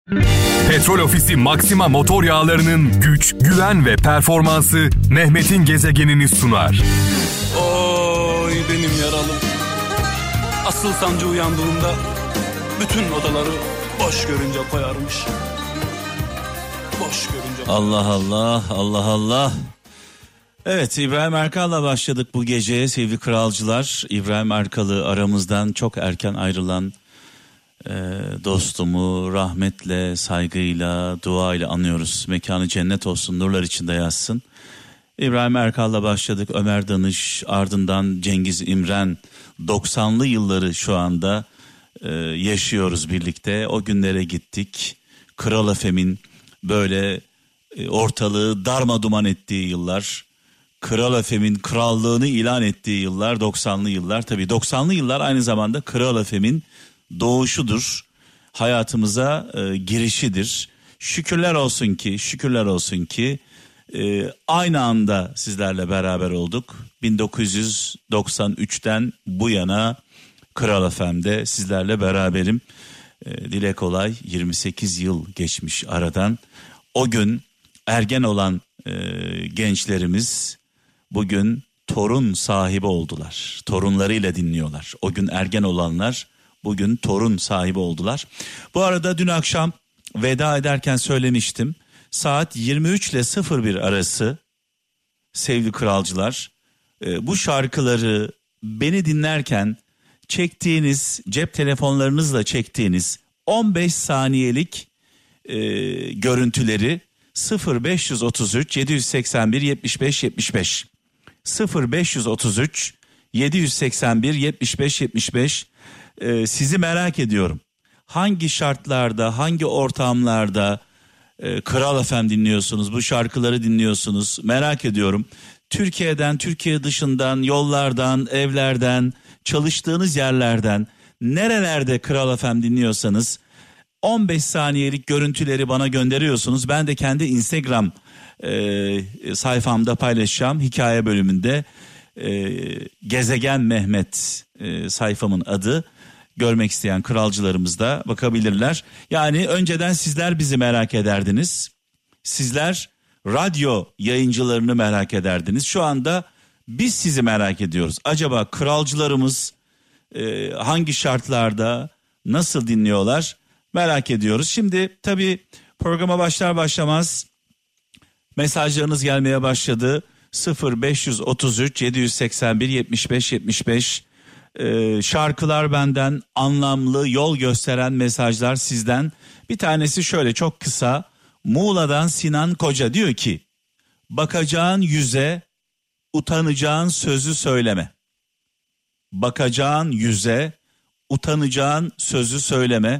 Petrol Ofisi Maxima motor yağlarının güç, güven ve performansı Mehmet'in gezegenini sunar. Oy benim yaralım. Asıl sancı uyandığında bütün odaları boş görünce koyarmış. Boş görünce. Allah Allah, Allah Allah. Evet, İbrahim Erkal'la başladık bu gece sevgili kralcılar. İbrahim Erkal'ı aramızdan çok erken ayrılan dostumu rahmetle, saygıyla, duayla anıyoruz. Mekanı cennet olsun, nurlar içinde yatsın. İbrahim Erkal'la başladık. Ömer Danış, ardından Cengiz İmren. 90'lı yılları şu anda yaşıyoruz birlikte. O günlere gittik. Kral FM'in böyle ortalığı darmaduman ettiği yıllar. Kral FM'in krallığını ilan ettiği yıllar 90'lı yıllar. Tabii 90'lı yıllar aynı zamanda Kral FM'in doğuşudur. Hayatımıza girişidir. Şükürler olsun ki aynı anda sizlerle beraber olduk. 1993'ten bu yana Kral FM'de sizlerle beraberim. Dile kolay 28 yıl geçmiş aradan. O gün ergen olan gençlerimiz bugün torun sahibi oldular. Torunlarıyla dinliyorlar. O gün ergen olanlar bugün torun sahibi oldular. Bu arada dün akşam veda ederken söylemiştim. Saat 23 ile 01 arası sevgili kralcılar, bu şarkıları beni dinlerken çektiğiniz, cep telefonlarınızla çektiğiniz 15 saniyelik görüntüleri 0533 781 75 75 0533 781 75 75 sizi merak ediyorum. Hangi şartlarda, hangi ortamlarda Kral FM dinliyorsunuz, bu şarkıları dinliyorsunuz, merak ediyorum. Türkiye'den, Türkiye dışından, yollardan, evlerden, çalıştığınız yerlerden, nerelerde Kral FM dinliyorsanız 15 saniyelik görüntüleri bana gönderiyorsunuz. Ben de kendi Instagram sayfamda paylaşacağım, hikaye bölümünde. Gezegen Mehmet sayfamın adı. Görmek isteyen kralcılarımız da bakabilirler. Yani önceden sizler bizi merak ederdiniz. Sizler radyo yayıncılarını merak ederdiniz. Şu anda biz sizi merak ediyoruz. Acaba kralcılarımız hangi şartlarda nasıl dinliyorlar merak ediyoruz. Şimdi tabii programa başlar başlamaz mesajlarınız gelmeye başladı. 0533 781 75 75 şarkılar benden, anlamlı, yol gösteren mesajlar sizden. Bir tanesi şöyle çok kısa. Muğla'dan Sinan Koca diyor ki, bakacağın yüze, utanacağın sözü söyleme. Bakacağın yüze, utanacağın sözü söyleme.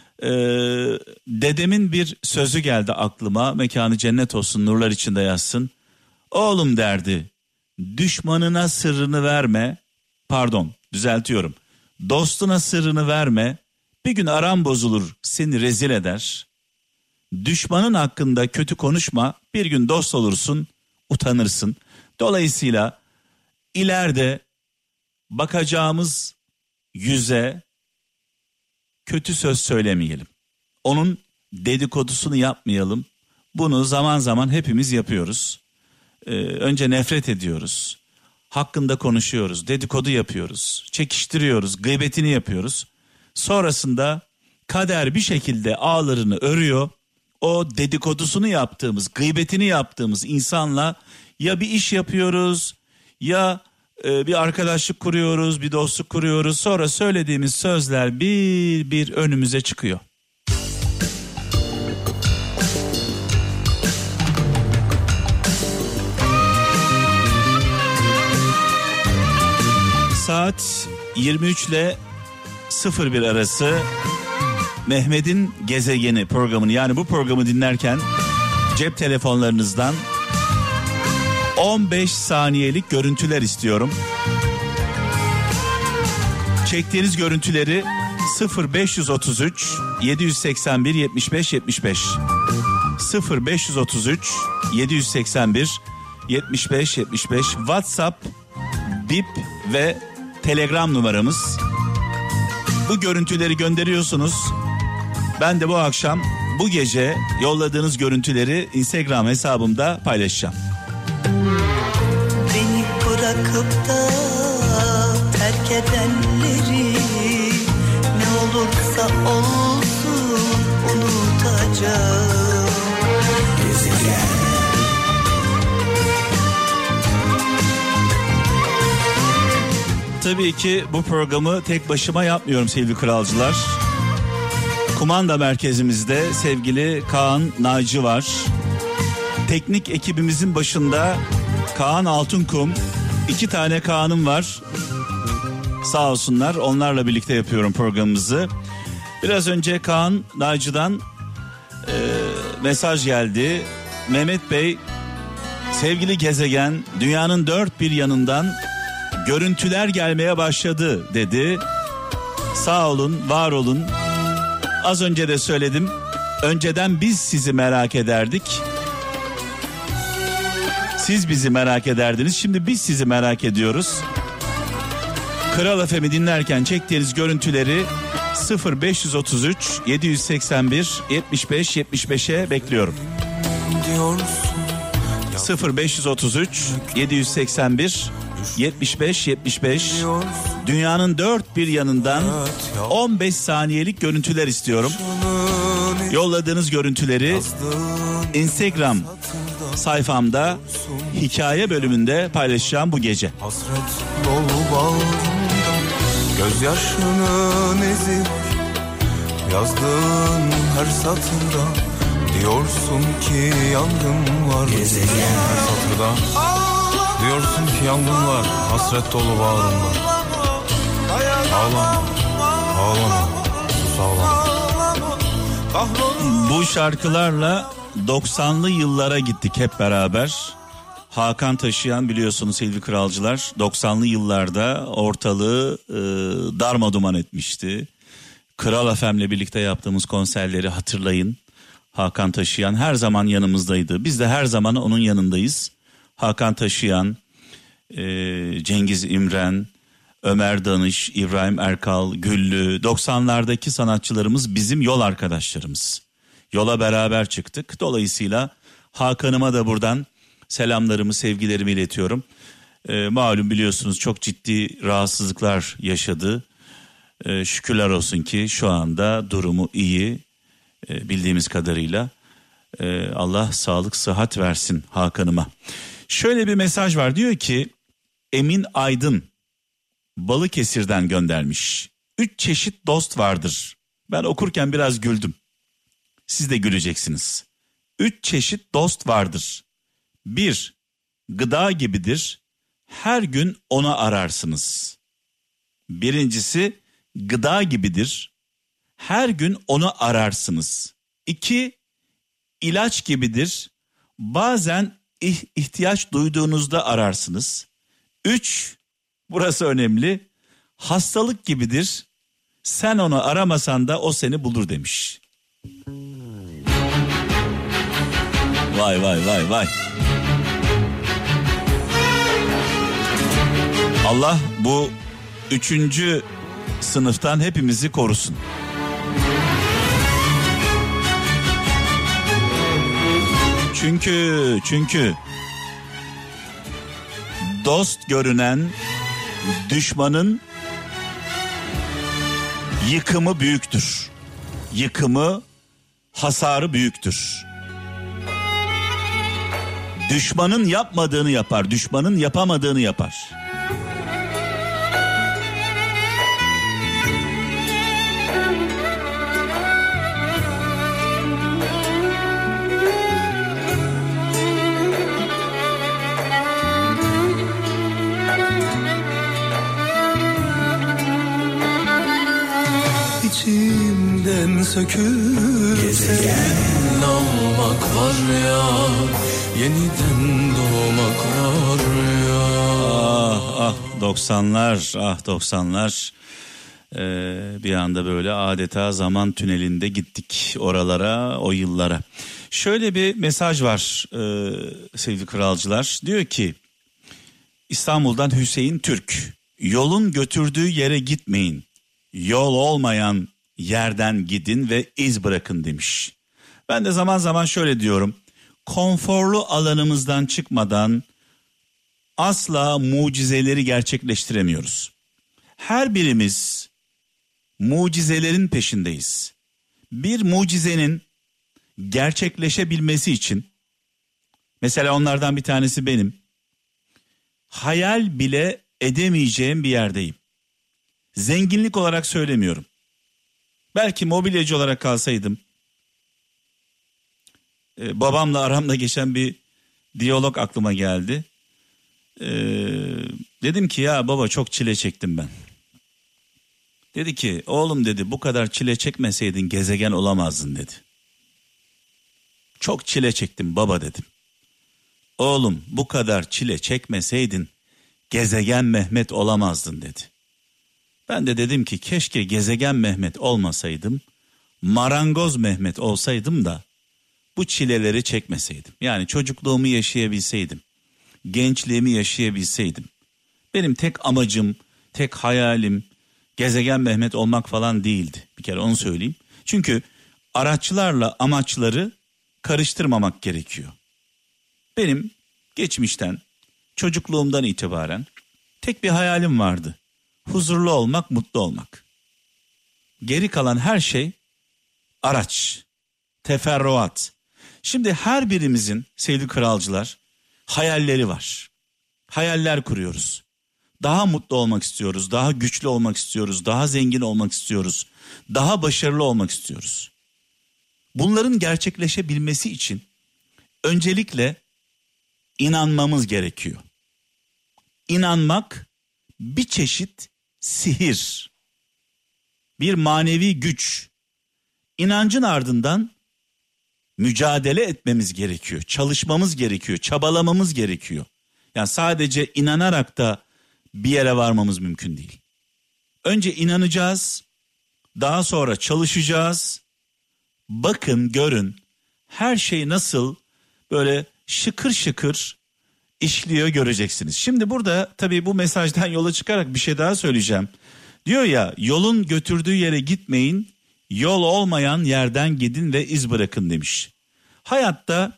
Dedemin bir sözü geldi aklıma, mekanı cennet olsun, nurlar içinde yatsın. Oğlum derdi, düşmanına sırrını verme, düzeltiyorum. Dostuna sırrını verme, bir gün aran bozulur, seni rezil eder. Düşmanın hakkında kötü konuşma, bir gün dost olursun, utanırsın. Dolayısıyla ileride bakacağımız yüze kötü söz söylemeyelim. Onun dedikodusunu yapmayalım. Bunu zaman zaman hepimiz yapıyoruz. Önce nefret ediyoruz. Hakkında konuşuyoruz, dedikodu yapıyoruz, çekiştiriyoruz, gıybetini yapıyoruz. Sonrasında kader bir şekilde ağlarını örüyor. O dedikodusunu yaptığımız, gıybetini yaptığımız insanla ya bir iş yapıyoruz, ya bir arkadaşlık kuruyoruz, bir dostluk kuruyoruz. Sonra söylediğimiz sözler bir bir önümüze çıkıyor. Saat 23 ile 01 arası Mehmet'in gezegeni programını, yani bu programı dinlerken cep telefonlarınızdan 15 saniyelik görüntüler istiyorum. Çektiğiniz görüntüleri 0533 781 75 75 0533 781 75 75 WhatsApp, Bip ve Telegram numaramız. Bu görüntüleri gönderiyorsunuz. Ben de bu akşam bu gece yolladığınız görüntüleri Instagram hesabımda paylaşacağım. Beni bırakıp da terk edenleri ne olursa olsun unutacağım. Gezegen. Tabii ki bu programı tek başıma yapmıyorum sevgili kralcılar. Kumanda merkezimizde sevgili Kaan Naci var. Teknik ekibimizin başında Kaan Altunkum. 2 tane Kaan'ım var. Sağ olsunlar, onlarla birlikte yapıyorum programımızı. Biraz önce Kaan Naci'den mesaj geldi. Mehmet Bey, sevgili gezegen, dünyanın dört bir yanından görüntüler gelmeye başladı dedi. Sağ olun, var olun. Az önce de söyledim. Önceden biz sizi merak ederdik. Siz bizi merak ederdiniz. Şimdi biz sizi merak ediyoruz. Kral FM'i dinlerken çektiğiniz görüntüleri 0533 781 75 75'e bekliyorum. 0533 781 75 75. Dünyanın dört bir yanından 15 saniyelik görüntüler istiyorum. Yolladığınız görüntüleri Instagram sayfamda hikaye bölümünde paylaşacağım bu gece. Hasret dolu bağrımda gözyaşının izi yazdığın her satırda diyorsun ki yangın var. Gezegen. Her satırda diyorsun ki yangın var. Hasret dolu bağrımda. Ağlama, ağlama, sus ağlama. Bu şarkılarla 90'lı yıllara gittik hep beraber. Hakan Taşıyan, biliyorsunuz sevgili kralcılar, 90'lı yıllarda ortalığı darmaduman etmişti. Kral FM'le birlikte yaptığımız konserleri hatırlayın. Hakan Taşıyan her zaman yanımızdaydı. Biz de her zaman onun yanındayız. Hakan Taşıyan, Cengiz İmren, Ömer Danış, İbrahim Erkal, Güllü, 90'lardaki sanatçılarımız bizim yol arkadaşlarımız. Yola beraber çıktık. Dolayısıyla Hakan'ıma da buradan selamlarımı, sevgilerimi iletiyorum. Malum biliyorsunuz çok ciddi rahatsızlıklar yaşadı. Şükürler olsun ki şu anda durumu iyi, bildiğimiz kadarıyla. Allah sağlık, sıhhat versin Hakan'ıma. Şöyle bir mesaj var, diyor ki Emin Aydın Balıkesir'den göndermiş. 3 çeşit dost vardır. Ben okurken biraz güldüm. Siz de güleceksiniz. 3 çeşit dost vardır. 1. Gıda gibidir. Her gün onu ararsınız. Birincisi gıda gibidir. Her gün onu ararsınız. 2. İlaç gibidir. Bazen ihtiyaç duyduğunuzda ararsınız. 3. Burası önemli. Hastalık gibidir. Sen onu aramasan da o seni bulur demiş. Vay vay vay vay. Allah bu 3. sınıftan hepimizi korusun. Çünkü dost görünen düşmanın yıkımı büyüktür. Yıkımı, hasarı büyüktür. Düşmanın yapmadığını yapar, düşmanın yapamadığını yapar. İçimden sökülse almak var ya, yeniden doğmak var ya. Ah 90'lar, ah 90'lar. Bir anda böyle adeta zaman tünelinde gittik oralara, o yıllara. Şöyle bir mesaj var sevgili kralcılar. Diyor ki İstanbul'dan Hüseyin Türk. Yolun götürdüğü yere gitmeyin. Yol olmayan yerden gidin ve iz bırakın demiş. Ben de zaman zaman şöyle diyorum. Konforlu alanımızdan çıkmadan asla mucizeleri gerçekleştiremiyoruz. Her birimiz mucizelerin peşindeyiz. Bir mucizenin gerçekleşebilmesi için, mesela onlardan bir tanesi benim, hayal bile edemeyeceğim bir yerdeyim. Zenginlik olarak söylemiyorum. Belki mobilyacı olarak kalsaydım, babamla aramda geçen bir diyalog aklıma geldi. Dedim ki ya baba çok çile çektim ben. Dedi ki oğlum dedi bu kadar çile çekmeseydin gezegen olamazdın dedi. Çok çile çektim baba dedim. Oğlum bu kadar çile çekmeseydin gezegen Mehmet olamazdın dedi. Ben de dedim ki keşke gezegen Mehmet olmasaydım, marangoz Mehmet olsaydım da bu çileleri çekmeseydim. Yani çocukluğumu yaşayabilseydim, gençliğimi yaşayabilseydim. Benim tek amacım, tek hayalim gezegen Mehmet olmak falan değildi. Bir kere onu söyleyeyim. Çünkü araçlarla amaçları karıştırmamak gerekiyor. Benim geçmişten, çocukluğumdan itibaren tek bir hayalim vardı. Huzurlu olmak, mutlu olmak. Geri kalan her şey araç, teferruat. Şimdi her birimizin sevgili kralcılar hayalleri var. Hayaller kuruyoruz. Daha mutlu olmak istiyoruz, daha güçlü olmak istiyoruz, daha zengin olmak istiyoruz, daha başarılı olmak istiyoruz. Bunların gerçekleşebilmesi için öncelikle inanmamız gerekiyor. İnanmak bir çeşit sihir, bir manevi güç. İnancın ardından mücadele etmemiz gerekiyor, çalışmamız gerekiyor, çabalamamız gerekiyor. Yani sadece inanarak da bir yere varmamız mümkün değil. Önce inanacağız, daha sonra çalışacağız. Bakın, görün her şey nasıl böyle şıkır şıkır işliyor göreceksiniz. Şimdi burada tabii bu mesajdan yola çıkarak bir şey daha söyleyeceğim. Diyor ya, yolun götürdüğü yere gitmeyin, yol olmayan yerden gidin ve iz bırakın demiş. Hayatta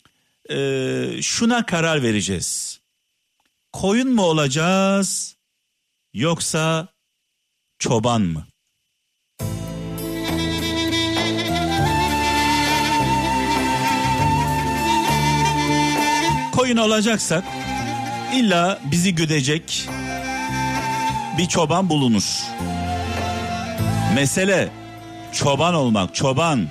şuna karar vereceğiz. Koyun mu olacağız yoksa çoban mı? Koyun olacaksak illa bizi güdecek bir çoban bulunur. Mesele çoban olmak, çoban.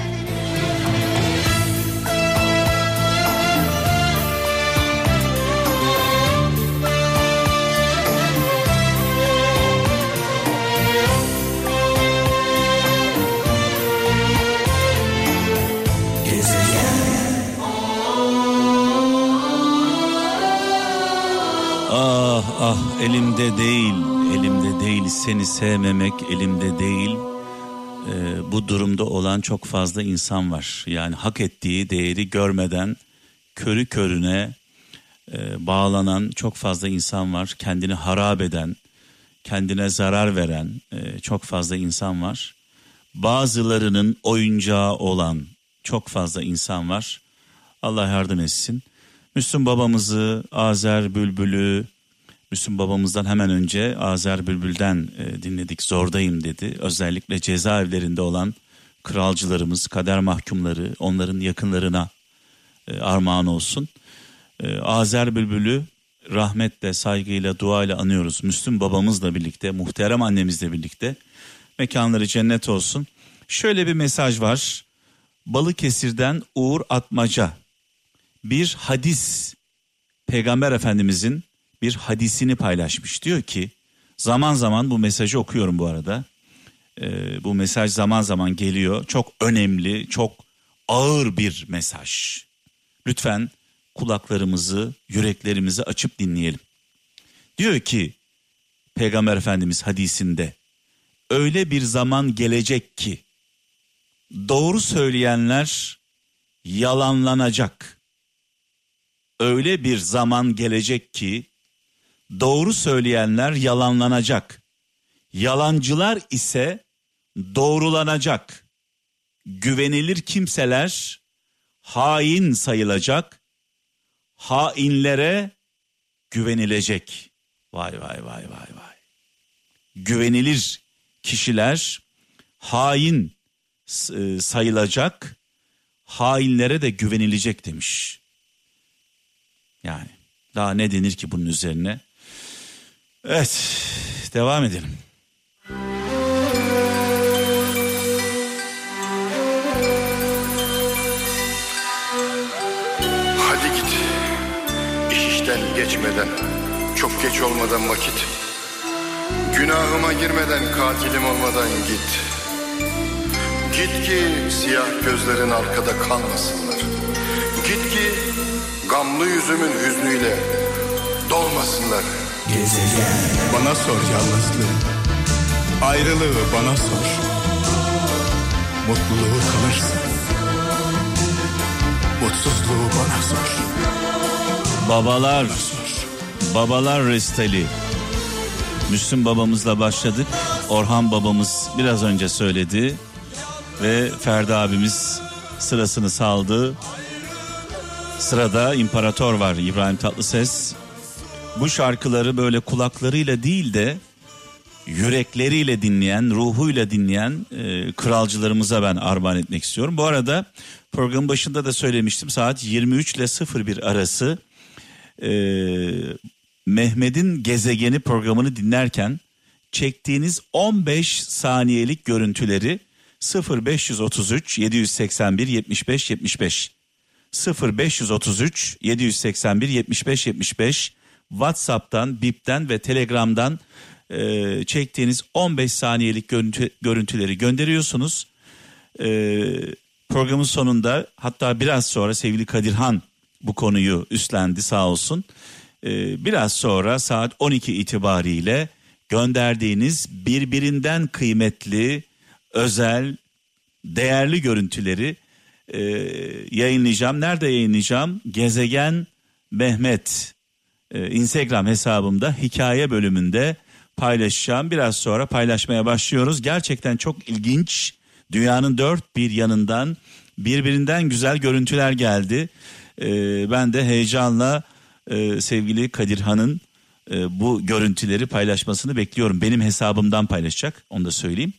Ah elimde değil seni sevmemek elimde değil. Bu durumda olan çok fazla insan var. Yani hak ettiği değeri görmeden körü körüne bağlanan çok fazla insan var. Kendini harap eden, kendine zarar veren çok fazla insan var. Bazılarının oyuncağı olan çok fazla insan var. Allah yardım etsin. Müslüm babamızı, Azer Bülbül'ü, Müslüm babamızdan hemen önce Azer Bülbül'den dinledik. Zordayım dedi. Özellikle cezaevlerinde olan kralcılarımız, kader mahkumları, onların yakınlarına armağan olsun. Azer Bülbül'ü rahmetle, saygıyla, duayla anıyoruz. Müslüm babamızla birlikte, muhterem annemizle birlikte. Mekanları cennet olsun. Şöyle bir mesaj var. Balıkesir'den Uğur Atmaca. Bir hadis, Peygamber Efendimizin bir hadisini paylaşmış. Diyor ki, zaman zaman bu mesajı okuyorum bu arada. Bu mesaj zaman zaman geliyor. Çok önemli, çok ağır bir mesaj. Lütfen kulaklarımızı, yüreklerimizi açıp dinleyelim. Diyor ki Peygamber Efendimiz hadisinde, öyle bir zaman gelecek ki doğru söyleyenler yalanlanacak. Öyle bir zaman gelecek ki doğru söyleyenler yalanlanacak. Yalancılar ise doğrulanacak. güvenilir kimseler hain sayılacak, hainlere güvenilecek. Vay vay vay vay vay. Güvenilir kişiler hain sayılacak, hainlere de güvenilecek demiş. Yani daha ne denir ki bunun üzerine? Evet, devam edelim. Hadi git, iş işten geçmeden, çok geç olmadan vakit. Günahıma girmeden, katilim olmadan git. Git ki siyah gözlerin arkada kalmasınlar. Git ki gamlı yüzümün hüznüyle dolmasınlar. Gezegen. Bana sor yalnızlığı, ayrılığı bana sor. Mutluluğu kalırsın, mutsuzluğu bana sor. Babalar restali. Müslüm babamızla başladık. Orhan babamız biraz önce söyledi ve Ferdi abimiz sırasını saldı. Sırada İmparator var, İbrahim Tatlıses. Bu şarkıları böyle kulaklarıyla değil de yürekleriyle dinleyen, ruhuyla dinleyen kralcılarımıza ben armağan etmek istiyorum. Bu arada programın başında da söylemiştim, saat 23 ile 01 arası Mehmet'in Gezegeni programını dinlerken çektiğiniz 15 saniyelik görüntüleri 0533 781 75 75 0533 781 75 75 WhatsApp'tan, Bip'ten ve Telegram'dan çektiğiniz 15 saniyelik görüntüleri gönderiyorsunuz. Programın sonunda, hatta biraz sonra sevgili Kadirhan bu konuyu üstlendi sağ olsun. Biraz sonra saat 12 itibariyle gönderdiğiniz birbirinden kıymetli, özel, değerli görüntüleri yayınlayacağım. Nerede yayınlayacağım? Gezegen Mehmet Instagram hesabımda hikaye bölümünde paylaşacağım. Biraz sonra paylaşmaya başlıyoruz. Gerçekten çok ilginç. Dünyanın dört bir yanından birbirinden güzel görüntüler geldi. Ben de heyecanla sevgili Kadirhan'ın bu görüntüleri paylaşmasını bekliyorum. Benim hesabımdan paylaşacak, onu da söyleyeyim.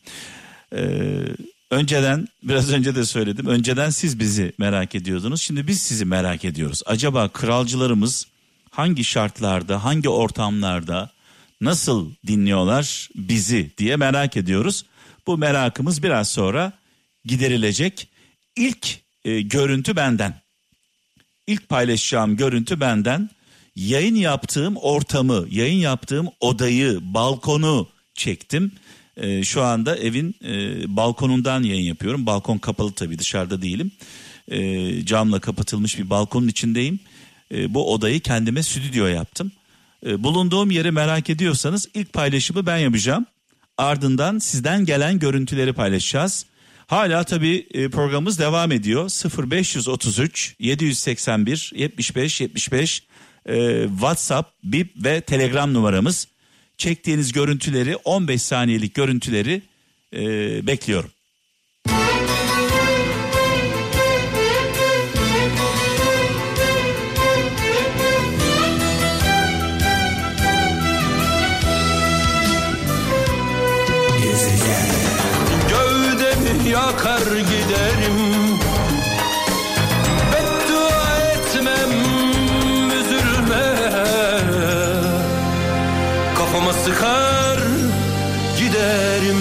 Önceden, biraz önce de söyledim, önceden siz bizi merak ediyordunuz. Şimdi biz sizi merak ediyoruz. Acaba kralcılarımız hangi şartlarda, hangi ortamlarda, nasıl dinliyorlar bizi diye merak ediyoruz. Bu merakımız biraz sonra giderilecek. İlk görüntü benden. İlk paylaşacağım görüntü benden. Yayın yaptığım ortamı, yayın yaptığım odayı, balkonu çektim. Şu anda evin balkonundan yayın yapıyorum. Balkon kapalı tabii, dışarıda değilim. Camla kapatılmış bir balkonun içindeyim. Bu odayı kendime stüdyo yaptım. Bulunduğum yeri merak ediyorsanız ilk paylaşımı ben yapacağım. Ardından sizden gelen görüntüleri paylaşacağız. Hala tabii programımız devam ediyor. 0533 781 75 75 WhatsApp, Bip ve Telegram numaramız. Çektiğiniz görüntüleri, 15 saniyelik görüntüleri bekliyorum. Gövdemi yakar giderim, beddua etmem, üzülme. Kafama sıkar giderim.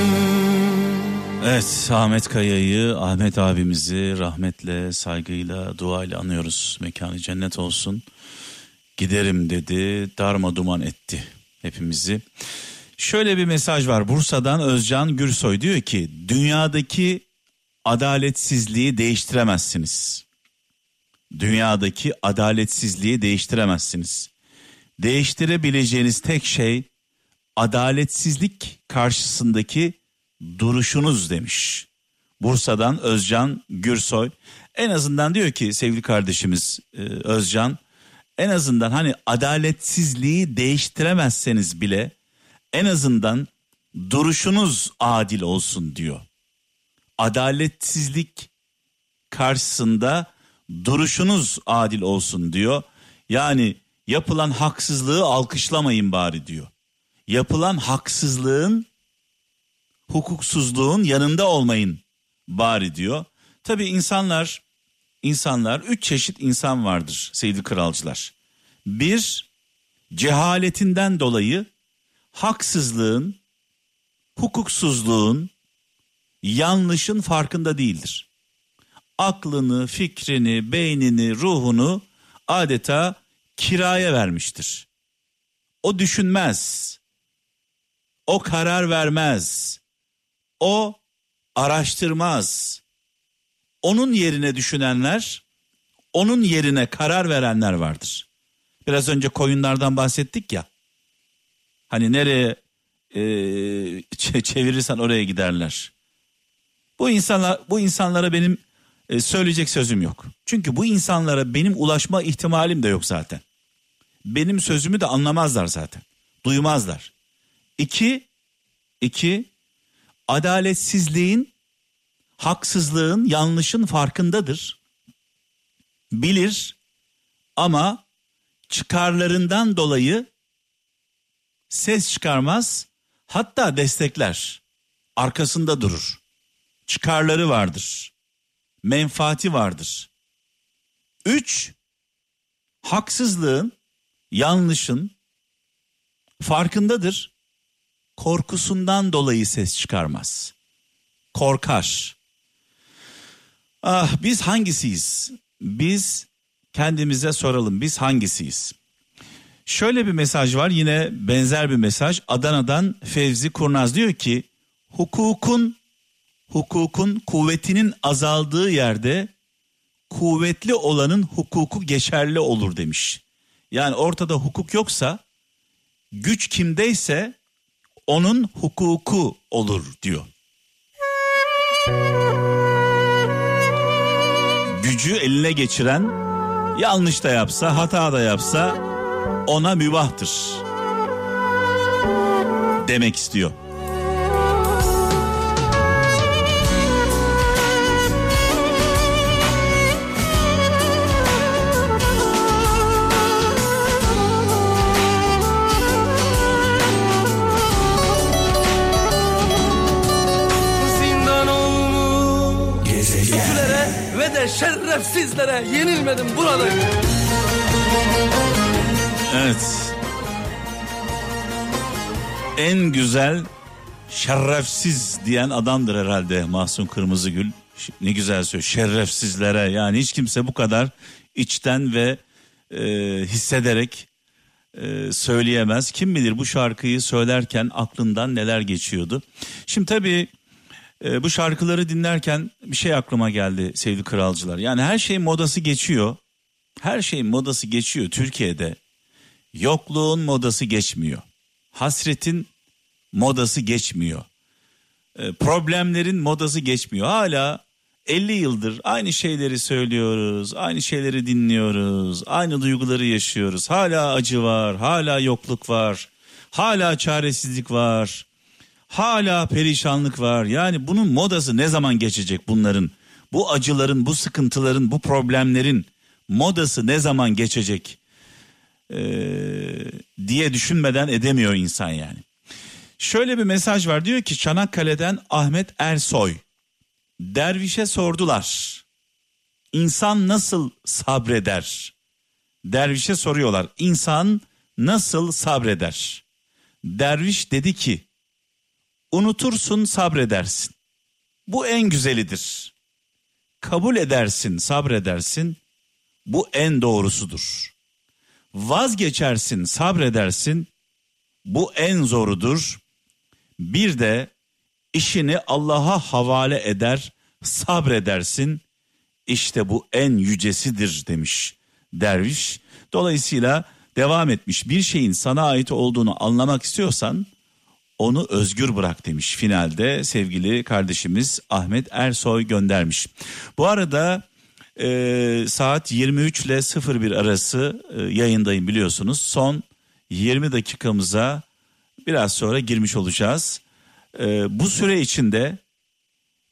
Evet, Ahmet Kaya'yı, Ahmet abimizi rahmetle, saygıyla, duayla anıyoruz. Mekanı cennet olsun. Giderim dedi, darma duman etti hepimizi. Şöyle bir mesaj var Bursa'dan, Özcan Gürsoy diyor ki dünyadaki adaletsizliği değiştiremezsiniz. Dünyadaki adaletsizliği değiştiremezsiniz. Değiştirebileceğiniz tek şey adaletsizlik karşısındaki duruşunuz demiş. Bursa'dan Özcan Gürsoy. En azından diyor ki sevgili kardeşimiz Özcan, en azından hani adaletsizliği değiştiremezseniz bile en azından duruşunuz adil olsun diyor. adaletsizlik karşısında duruşunuz adil olsun diyor. Yani yapılan haksızlığı alkışlamayın bari diyor. Yapılan haksızlığın, hukuksuzluğun yanında olmayın bari diyor. Tabii insanlar 3 çeşit insan vardır sevgili kralcılar. Bir, cehaletinden dolayı haksızlığın, hukuksuzluğun, yanlışın farkında değildir. Aklını, fikrini, beynini, ruhunu adeta kiraya vermiştir. O düşünmez, o karar vermez, o araştırmaz. Onun yerine düşünenler, onun yerine karar verenler vardır. Biraz önce koyunlardan bahsettik ya. Hani nereye çevirirsen oraya giderler. Bu insanlara benim söyleyecek sözüm yok. Çünkü bu insanlara benim ulaşma ihtimalim de yok zaten. Benim sözümü de anlamazlar zaten. Duymazlar. İki, adaletsizliğin, haksızlığın, yanlışın farkındadır. Bilir ama çıkarlarından dolayı ses çıkarmaz, hatta destekler. Arkasında durur. Çıkarları vardır. Menfaati vardır. 3, haksızlığın, yanlışın farkındadır. Korkusundan dolayı ses çıkarmaz. Korkar. Biz hangisiyiz? Biz kendimize soralım, biz hangisiyiz? Şöyle bir mesaj var, yine benzer bir mesaj. Adana'dan Fevzi Kurnaz diyor ki, hukukun kuvvetinin azaldığı yerde kuvvetli olanın hukuku geçerli olur demiş. Yani ortada hukuk yoksa, güç kimdeyse onun hukuku olur diyor. Gücü eline geçiren yanlış da yapsa, hata da yapsa ona mübahtır demek istiyor. Şerefsizlere yenilmedim buradayım. Evet. En güzel şerefsiz diyen adamdır herhalde Mahsun Kırmızıgül. Ne güzel söylüyor, şerefsizlere. Yani hiç kimse bu kadar içten ve hissederek söyleyemez. Kim bilir bu şarkıyı söylerken aklından neler geçiyordu. Şimdi tabii bu şarkıları dinlerken bir şey aklıma geldi sevgili kralcılar. Yani her şeyin modası geçiyor. Her şeyin modası geçiyor Türkiye'de. Yokluğun modası geçmiyor. Hasretin modası geçmiyor. Problemlerin modası geçmiyor. Hala 50 yıldır aynı şeyleri söylüyoruz. Aynı şeyleri dinliyoruz. Aynı duyguları yaşıyoruz. Hala acı var. Hala yokluk var. Hala çaresizlik var. Hala perişanlık var. Yani bunun modası ne zaman geçecek bunların? Bu acıların, bu sıkıntıların, bu problemlerin modası ne zaman geçecek diye düşünmeden edemiyor insan yani. Şöyle bir mesaj var, diyor ki Çanakkale'den Ahmet Ersoy. Dervişe sordular, İnsan nasıl sabreder? Dervişe soruyorlar, İnsan nasıl sabreder? Derviş dedi ki, unutursun, sabredersin. Bu en güzelidir. Kabul edersin, sabredersin. Bu en doğrusudur. Vazgeçersin, sabredersin. Bu en zorudur. Bir de işini Allah'a havale eder, sabredersin. İşte bu en yücesidir demiş derviş. Dolayısıyla devam etmiş. Bir şeyin sana ait olduğunu anlamak istiyorsan onu özgür bırak demiş. Finalde sevgili kardeşimiz Ahmet Ersoy göndermiş. Bu arada saat 23 ile 01 arası yayındayım biliyorsunuz. Son 20 dakikamıza biraz sonra girmiş olacağız. Bu süre içinde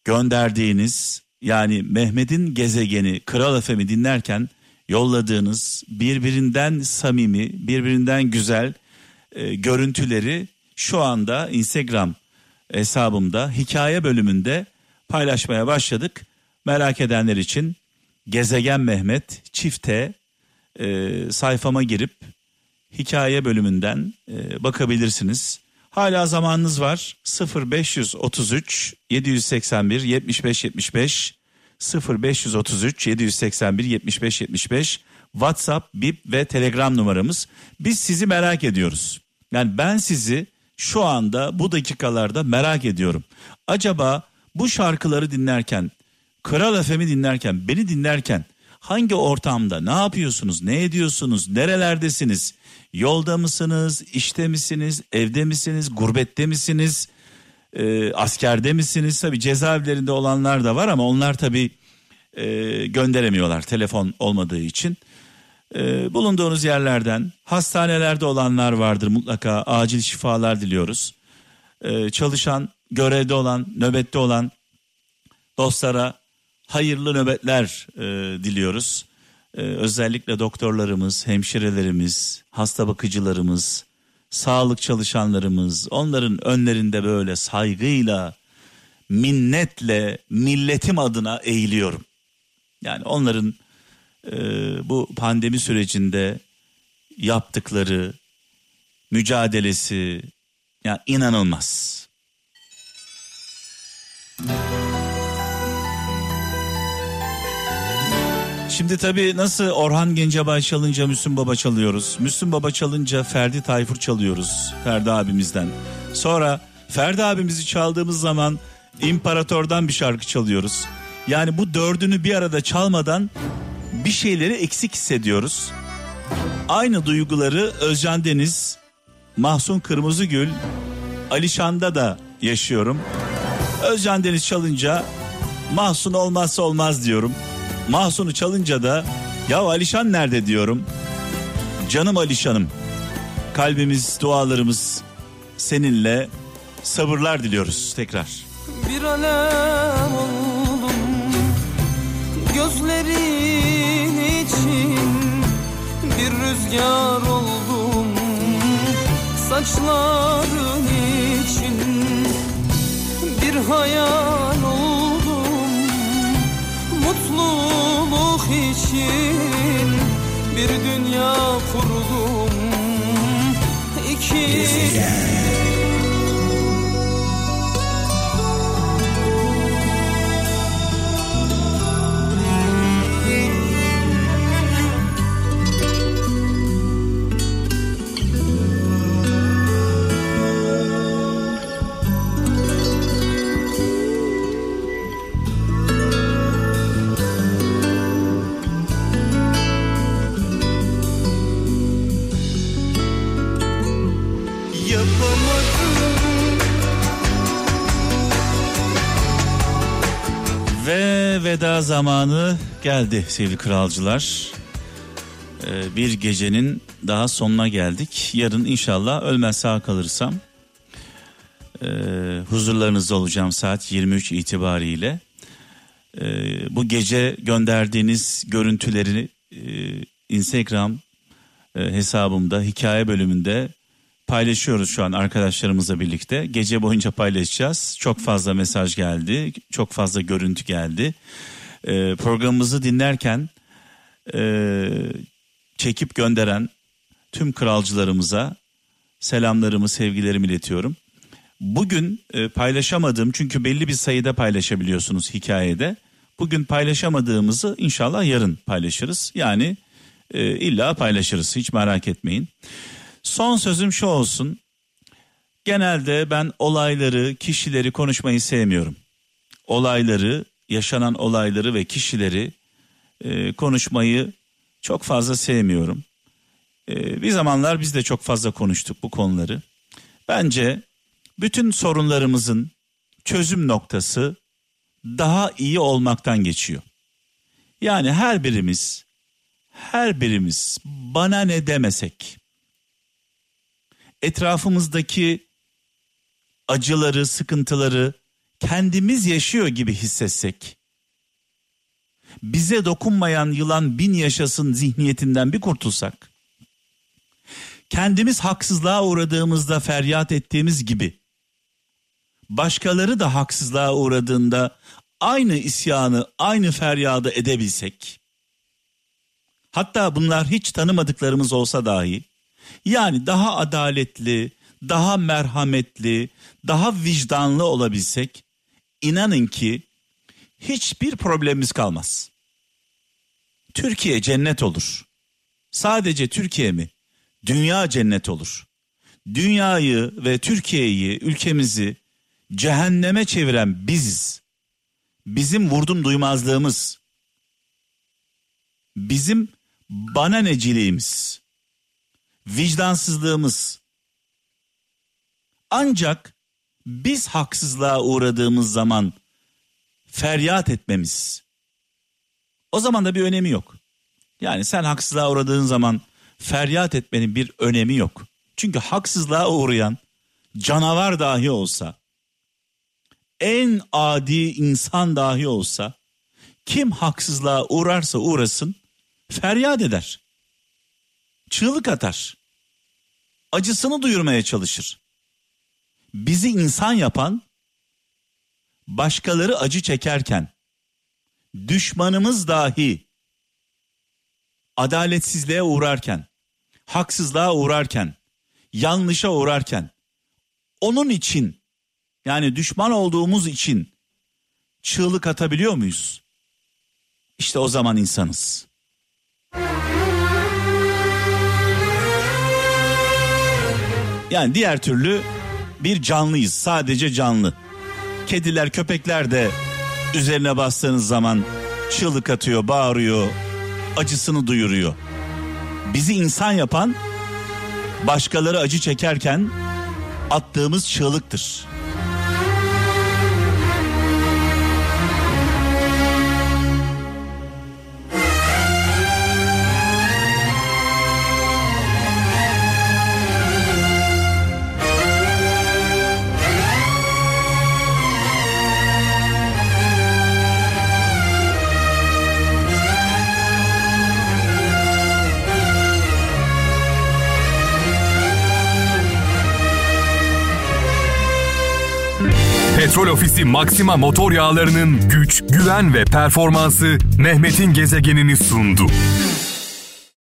gönderdiğiniz, yani Mehmet'in gezegeni Kral FM'i dinlerken yolladığınız birbirinden samimi, birbirinden güzel görüntüleri şu anda Instagram hesabımda hikaye bölümünde paylaşmaya başladık. Merak edenler için Gezegen Mehmet çifte sayfama girip hikaye bölümünden bakabilirsiniz. Hala zamanınız var. 0533 781 75 75 0533 781 75 75 WhatsApp, Bip ve Telegram numaramız. Biz sizi merak ediyoruz. Yani ben sizi şu anda bu dakikalarda merak ediyorum. Acaba bu şarkıları dinlerken, Kral FM'i dinlerken, beni dinlerken hangi ortamda, ne yapıyorsunuz, ne ediyorsunuz, nerelerdesiniz? Yolda mısınız, işte misiniz, evde misiniz, gurbette misiniz, askerde misiniz? Tabii cezaevlerinde olanlar da var ama onlar tabii gönderemiyorlar telefon olmadığı için. Bulunduğunuz yerlerden, hastanelerde olanlar vardır mutlaka, acil şifalar diliyoruz. Çalışan, görevde olan, nöbette olan dostlara hayırlı nöbetler diliyoruz. Özellikle doktorlarımız, hemşirelerimiz, hasta bakıcılarımız, sağlık çalışanlarımız, onların önlerinde böyle saygıyla, minnetle milletim adına eğiliyorum. Yani onların bu pandemi sürecinde yaptıkları mücadelesi yani inanılmaz. Şimdi tabii nasıl Orhan Gencebay çalınca Müslüm Baba çalıyoruz. Müslüm Baba çalınca Ferdi Tayfur çalıyoruz Ferdi abimizden. Sonra Ferdi abimizi çaldığımız zaman İmparator'dan bir şarkı çalıyoruz. Yani bu dördünü bir arada çalmadan bir şeyleri eksik hissediyoruz. Aynı duyguları Özcan Deniz, Mahsun Kırmızıgül, Alişan'da da yaşıyorum. Özcan Deniz çalınca Mahsun olmazsa olmaz diyorum. Mahsun'u çalınca da ya Alişan nerede diyorum. Canım Alişan'ım, kalbimiz, dualarımız seninle, sabırlar diliyoruz tekrar. Bir alem oldum gözlerin için, bir rüzgar oldum saçların için, bir hayal oldum mutluluk için, bir dünya kurdum iki. Ve veda zamanı geldi sevgili kralcılar. Bir gecenin daha sonuna geldik. Yarın inşallah ölmez sağ kalırsam huzurlarınızda olacağım saat 23 itibariyle. Bu gece gönderdiğiniz görüntüleri Instagram hesabımda hikaye bölümünde paylaşıyoruz şu an arkadaşlarımızla birlikte. Gece boyunca paylaşacağız. Çok fazla mesaj geldi. Çok fazla görüntü geldi. Programımızı dinlerken çekip gönderen tüm kralcılarımıza selamlarımı, sevgilerimi iletiyorum. Bugün paylaşamadığım, çünkü belli bir sayıda paylaşabiliyorsunuz hikayede. Bugün paylaşamadığımızı inşallah yarın paylaşırız. Yani illa paylaşırız, hiç merak etmeyin. Son sözüm şu olsun. Genelde ben olayları, kişileri konuşmayı sevmiyorum. Olayları, yaşanan olayları ve kişileri konuşmayı çok fazla sevmiyorum. Bir zamanlar biz de çok fazla konuştuk bu konuları. Bence bütün sorunlarımızın çözüm noktası daha iyi olmaktan geçiyor. Yani her birimiz bana ne demesek, etrafımızdaki acıları, sıkıntıları kendimiz yaşıyor gibi hissetsek, bize dokunmayan yılan bin yaşasın zihniyetinden bir kurtulsak, kendimiz haksızlığa uğradığımızda feryat ettiğimiz gibi, başkaları da haksızlığa uğradığında aynı isyanı, aynı feryadı edebilsek, hatta bunlar hiç tanımadıklarımız olsa dahi, yani daha adaletli, daha merhametli, daha vicdanlı olabilsek, inanın ki hiçbir problemimiz kalmaz. Türkiye cennet olur. Sadece Türkiye mi? Dünya cennet olur. Dünyayı ve Türkiye'yi, ülkemizi cehenneme çeviren biziz. Bizim vurdum duymazlığımız, bizim bana neciliğimiz, vicdansızlığımız. Ancak biz haksızlığa uğradığımız zaman feryat etmemiz, o zaman da bir önemi yok. Yani sen haksızlığa uğradığın zaman feryat etmenin bir önemi yok. Çünkü haksızlığa uğrayan canavar dahi olsa, en adi insan dahi olsa, kim haksızlığa uğrarsa uğrasın feryat eder. Çığlık atar. Acısını duyurmaya çalışır. Bizi insan yapan, başkaları acı çekerken, düşmanımız dahi adaletsizliğe uğrarken, haksızlığa uğrarken, yanlışa uğrarken, onun için, yani düşman olduğumuz için çığlık atabiliyor muyuz? İşte o zaman insanız. Yani diğer türlü bir canlıyız, sadece canlı. Kediler, köpekler de üzerine bastığınız zaman çığlık atıyor, bağırıyor, acısını duyuruyor. Bizi insan yapan, başkaları acı çekerken attığımız çığlıktır. Petrol Ofisi Maxima motor yağlarının güç, güven ve performansı Mehmet'in gezegenini sundu.